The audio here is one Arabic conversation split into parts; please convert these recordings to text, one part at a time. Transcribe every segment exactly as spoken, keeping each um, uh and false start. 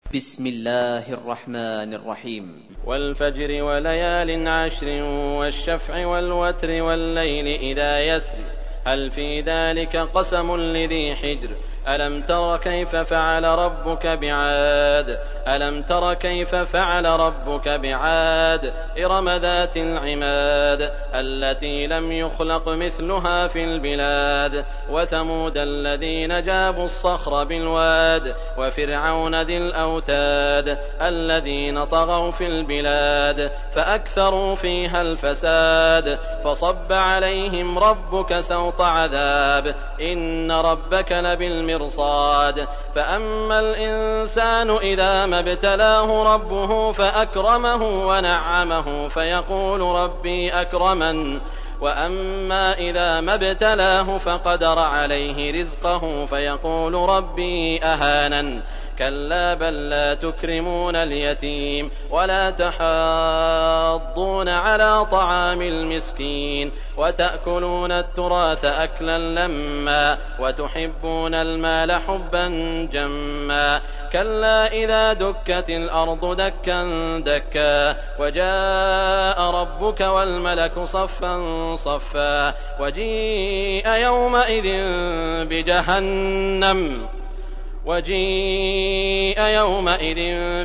بسم الله الرحمن الرحيم. والفجر وليال عشر والشفع والوتر والليل إذا يسر هل في ذلك قسم لذي حجر ألم تر كيف فعل ربك بعاد ألم تر كيف فعل ربك بعاد إرم ذات العماد التي لم يخلق مثلها في البلاد وثمود الذين جابوا الصخر بالواد وفرعون ذي الأوتاد الذين طغوا في البلاد فأكثروا فيها الفساد فصب عليهم ربك سوط عذاب إن ربك لبالمرصاد فأما الإنسان إذا ما ابتلاه ربه فأكرمه ونعمه فيقول ربي أكرمن وأما إذا ما ابتلاه فقدر عليه رزقه فيقول ربي أهانن كلا بل لا تكرمون اليتيم ولا تحاضون على طعام المسكين وتأكلون التراث أكلا لما وتحبون المال حبا جما كلا إذا دكت الأرض دكا دكا وجاء ربك والملك صفا صفا وجيء يومئذ بجهنم وجيء يومئذ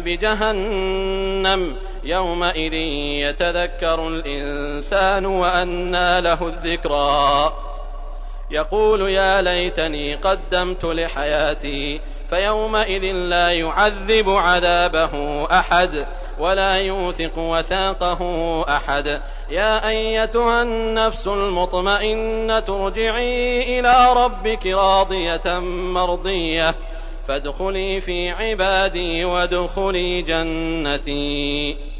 بجهنم يومئذ يتذكر الإنسان وأنى له الذكرى يقول يا ليتني قدمت لحياتي فيومئذ لا يعذب عذابه أحد ولا يوثق وثاقه أحد يا أيتها النفس المطمئنة ارجعي إلى ربك راضية مرضية فادخلي في عبادي وادخلي جنتي.